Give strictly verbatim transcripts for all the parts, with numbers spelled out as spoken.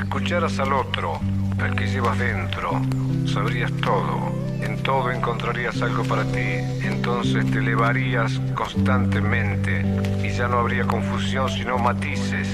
escucharas al otro, al que llevas dentro, sabrías todo. En todo encontrarías algo para ti. Entonces te elevarías constantemente y ya no habría confusión sino matices.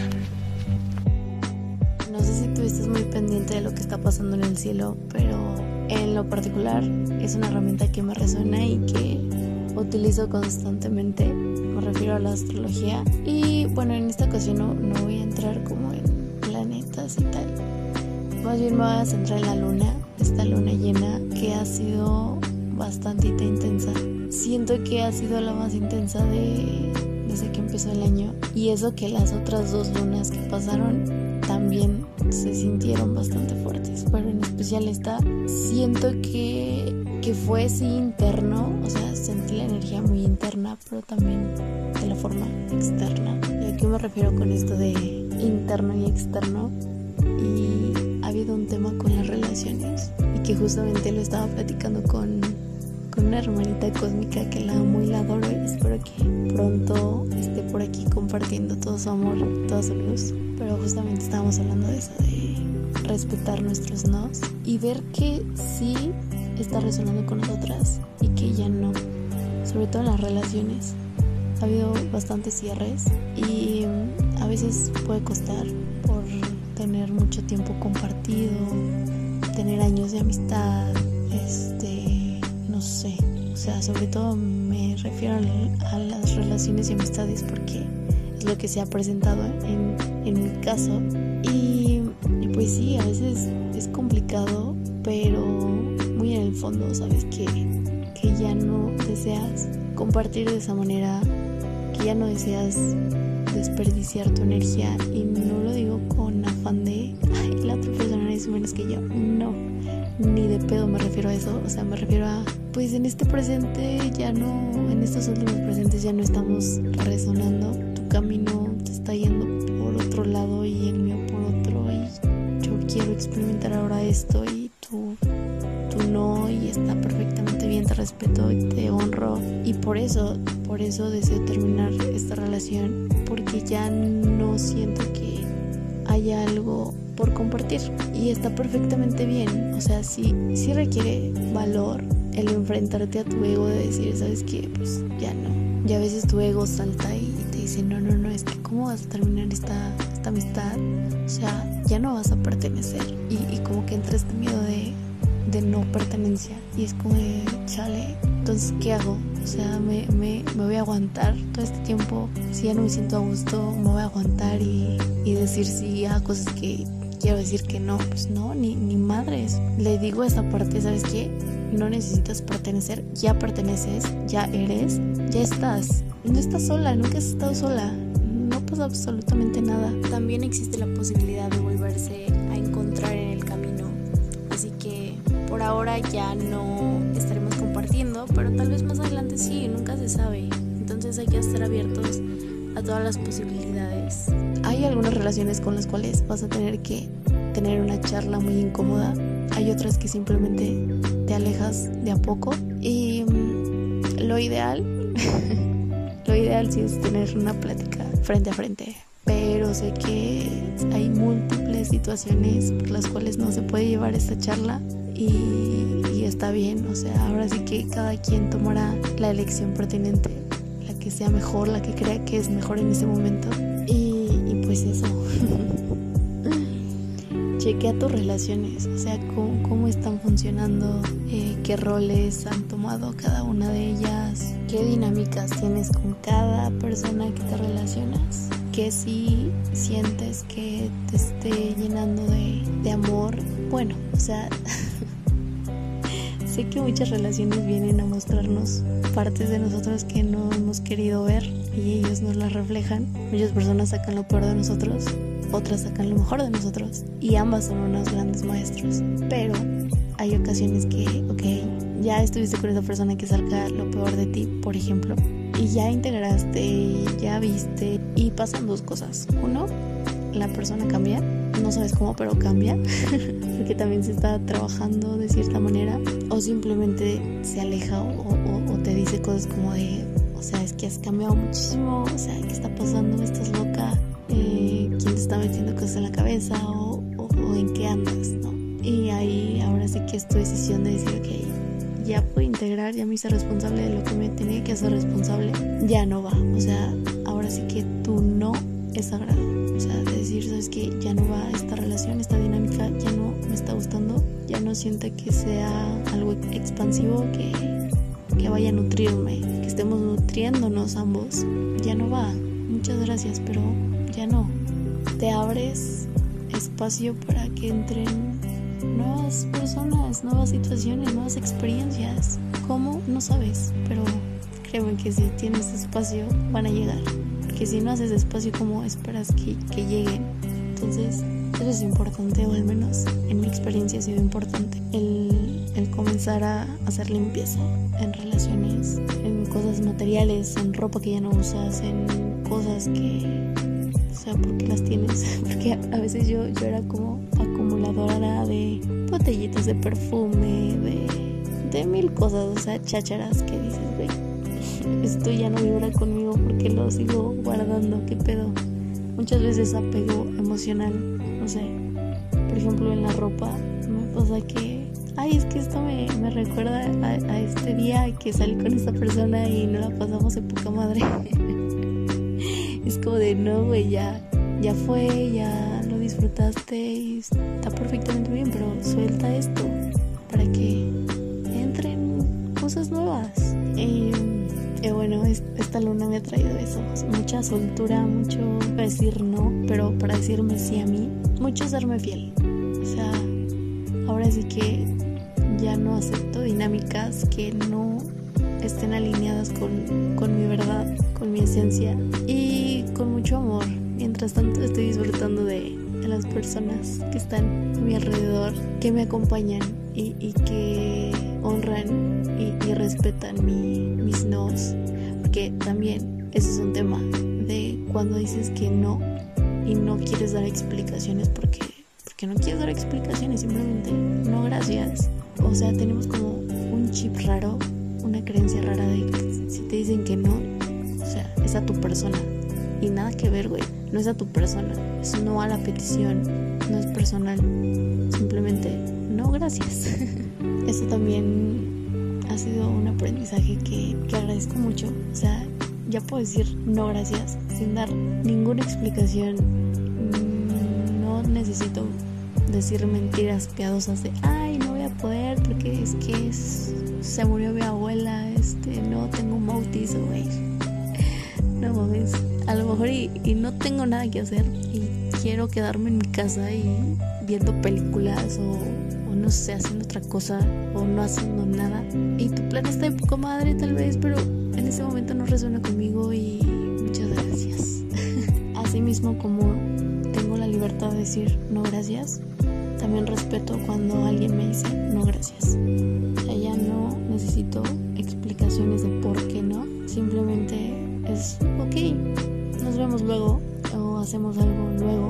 No sé si tú estás muy pendiente de lo que está pasando en el cielo, pero en lo particular es una herramienta que me resuena y que utilizo constantemente. Me refiero a la astrología. Y bueno, en esta ocasión no, no voy a entrar como en planetas y tal. Más bien me voy a centrar en la luna, esta luna llena que ha sido bastante intensa. Siento que ha sido la más intensa de, desde que empezó el año. Y eso que las otras dos lunas que pasaron también se sintieron bastante fuertes. Pero en especial esta, siento que, que fue sí interno. O sea, sentí la energía muy interna, pero también de la forma externa. ¿Y a qué me refiero con esto de interno y externo? Y ha habido un tema con las relaciones y que justamente lo estaba platicando con, con una hermanita cósmica que la amo y la adoro, y espero que pronto esté por aquí compartiendo todo su amor, toda su luz. Pero justamente estábamos hablando de eso, de respetar nuestros nos y ver que sí está resonando con nosotras y que ya no, sobre todo en las relaciones. Ha habido bastantes cierres y a veces puede costar por tener mucho tiempo compartido, tener años de amistad, este, no sé, o sea, sobre todo me refiero a las relaciones y amistades porque es lo que se ha presentado en, en mi caso. Y, y pues sí, a veces es complicado, pero muy en el fondo sabes que, que ya no deseas compartir de esa manera, que ya no deseas desperdiciar tu energía. Y no lo digo con afán de ay, la otra persona es menos que yo, no, ni de pedo me refiero a eso. O sea, me refiero a pues en este presente ya no, en estos últimos presentes ya no estamos resonando. Tu camino te está yendo por otro lado y el mío por otro, y yo quiero experimentar ahora esto y tú tú no, y está perfectamente bien, te respeto y te honro. Y por eso por eso deseo terminar esta relación, porque ya no siento que haya algo por compartir y está perfectamente bien. O sea, sí, sí requiere valor el enfrentarte a tu ego, de decir, ¿sabes qué? Pues ya no. Y a veces tu ego salta y te dice, no, no, no, es que ¿cómo vas a terminar esta, esta amistad? O sea, ya no vas a pertenecer. Y, y como que entra este miedo de, de no pertenencia. Y es como de, chale, entonces ¿qué hago? O sea, me, me, me voy a aguantar todo este tiempo. Si ya no me siento a gusto, me voy a aguantar y, y decir sí a cosas que quiero decir que no. Pues no, ni, ni madres. Le digo esta parte, ¿sabes qué? No necesitas pertenecer, ya perteneces, ya eres, ya estás. No estás sola, nunca has estado sola. No pasa absolutamente nada. También existe la posibilidad de volverse a encontrar en el camino. Así que por ahora ya no estaremos compartiendo, pero tal vez más adelante sí, nunca se sabe. Entonces hay que estar abiertos a todas las posibilidades. Hay algunas relaciones con las cuales vas a tener que tener una charla muy incómoda. Hay otras que simplemente te alejas de a poco. Y mmm, lo ideal, lo ideal sí es tener una plática frente a frente. Pero sé que hay múltiples situaciones por las cuales no se puede llevar esta charla. Y, y está bien, o sea, ahora sí que cada quien tomará la elección pertinente, la que sea mejor, la que crea que es mejor en ese momento. Y, y pues eso. Chequea tus relaciones, o sea, cómo, cómo están funcionando, eh, qué roles han tomado cada una de ellas, qué dinámicas tienes con cada persona que te relacionas, qué sí sientes que te esté llenando de, de amor. Bueno, o sea, sé que muchas relaciones vienen a mostrarnos partes de nosotros que no hemos querido ver y ellos nos las reflejan. Muchas personas sacan lo peor de nosotros, otras sacan lo mejor de nosotros y ambas son unos grandes maestros. Pero hay ocasiones que, ok, ya estuviste con esa persona que saca lo peor de ti, por ejemplo, y ya integraste, y ya viste, y pasan dos cosas. Uno, la persona cambia, no sabes cómo, pero cambia porque también se está trabajando de cierta manera, o simplemente se aleja o, o, o te dice cosas como de, o sea, es que has cambiado muchísimo, o sea, ¿qué está pasando? ¿Estás loca? Eh, ¿quién te está metiendo cosas en la cabeza? O, o o en qué andas, ¿no? Y ahí ahora sí que es tu decisión de decir, ok, ya puedo integrar, ya me hice responsable de lo que me tenía que hacer responsable, ya no va. O sea, ahora sí que tu no es sagrado. O sea, de decir, sabes que ya no va esta relación, esta dinámica, ya no me está gustando, ya no siento que sea algo expansivo, que, que vaya a nutrirme, que estemos nutriéndonos ambos, ya no va. Muchas gracias, pero ya no. Te abres espacio para que entren nuevas personas, nuevas situaciones, nuevas experiencias. ¿Cómo? No sabes, pero créeme que si tienes espacio van a llegar. Que si no haces espacio, ¿cómo esperas que, que lleguen? Entonces, eso es importante, o al menos en mi experiencia ha sido importante. El, el comenzar a hacer limpieza en relaciones, en cosas materiales, en ropa que ya no usas, en cosas que... O sea, ¿por qué las tienes? Porque a veces yo, yo era como acumuladora de botellitas de perfume, de, de mil cosas, o sea, chácharas que dices, güey, esto ya no vibra conmigo porque lo sigo guardando, ¿qué pedo? Muchas veces apego emocional, no sé, por ejemplo en la ropa me pasa que, ay, es que esto me, me recuerda a, a este día que salí con esta persona y no la pasamos de poca madre. Es como de, no, güey, ya, ya fue, ya lo disfrutaste y está perfectamente bien, pero suelta esto para que entren cosas nuevas. Y, y bueno, es, esta luna me ha traído eso, mucha soltura, mucho para decir no, pero para decirme sí a mí, mucho serme fiel. O sea, ahora sí que ya no acepto dinámicas que no estén alineadas con, con mi verdad, con mi esencia y con mucho amor. Mientras tanto estoy disfrutando de, de las personas que están a mi alrededor, que me acompañan y, y que honran y, y respetan mi, mis nos, porque también ese es un tema de cuando dices que no y no quieres dar explicaciones porque, porque no quieres dar explicaciones, simplemente no, gracias. O sea, tenemos como un chip raro, una creencia rara de que si te dicen que no, o sea, es a tu persona. Y nada que ver, güey, no es a tu persona, es no a la petición, no es personal, simplemente no, gracias. Eso también ha sido un aprendizaje que, que agradezco mucho. O sea, ya puedo decir no, gracias sin dar ninguna explicación. No necesito decir mentiras piadosas de, ay, no voy a poder porque es que es, se murió mi abuela, este, no tengo un bautizo, güey. No mames, a lo mejor y, y no tengo nada que hacer y quiero quedarme en mi casa y viendo películas o, o no sé, haciendo otra cosa o no haciendo nada. Y tu plan está de poca madre tal vez, pero en ese momento no resuena conmigo y muchas gracias. Así mismo como tengo la libertad de decir no gracias, también respeto cuando alguien me dice no gracias. O sea, ya no necesito explicaciones de por qué no, simplemente es ok, nos vemos luego o hacemos algo luego,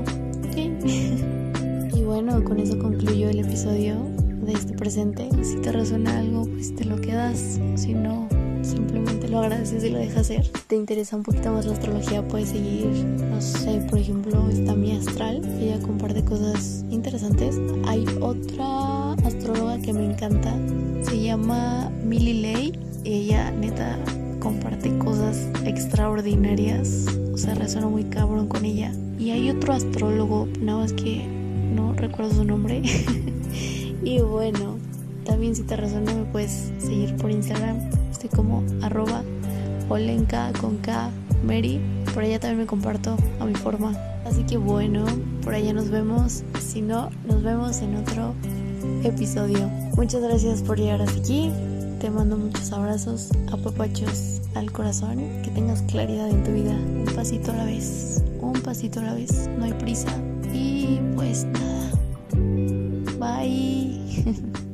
ok. Y bueno, con eso concluyo el episodio de este presente. Si te resuena algo, pues te lo quedas, si no, simplemente lo agradeces y lo dejas ser. Si te interesa un poquito más la astrología, puedes seguir, no sé, por ejemplo, está mi astral, ella comparte cosas interesantes. Hay otra astróloga que me encanta, se llama Millie Ley, y ella neta comparte cosas extraordinarias, o sea, resuena muy cabrón con ella. Y hay otro astrólogo, nada más que no recuerdo su nombre. Y bueno, también si te resuena me puedes seguir por Instagram, estoy como arroba olenka con K Mary, por allá también me comparto a mi forma. Así que bueno, por allá nos vemos, si no, nos vemos en otro episodio. Muchas gracias por llegar hasta aquí. Te mando muchos abrazos, apapachos al corazón, que tengas claridad en tu vida, un pasito a la vez, un pasito a la vez, no hay prisa y pues nada, bye.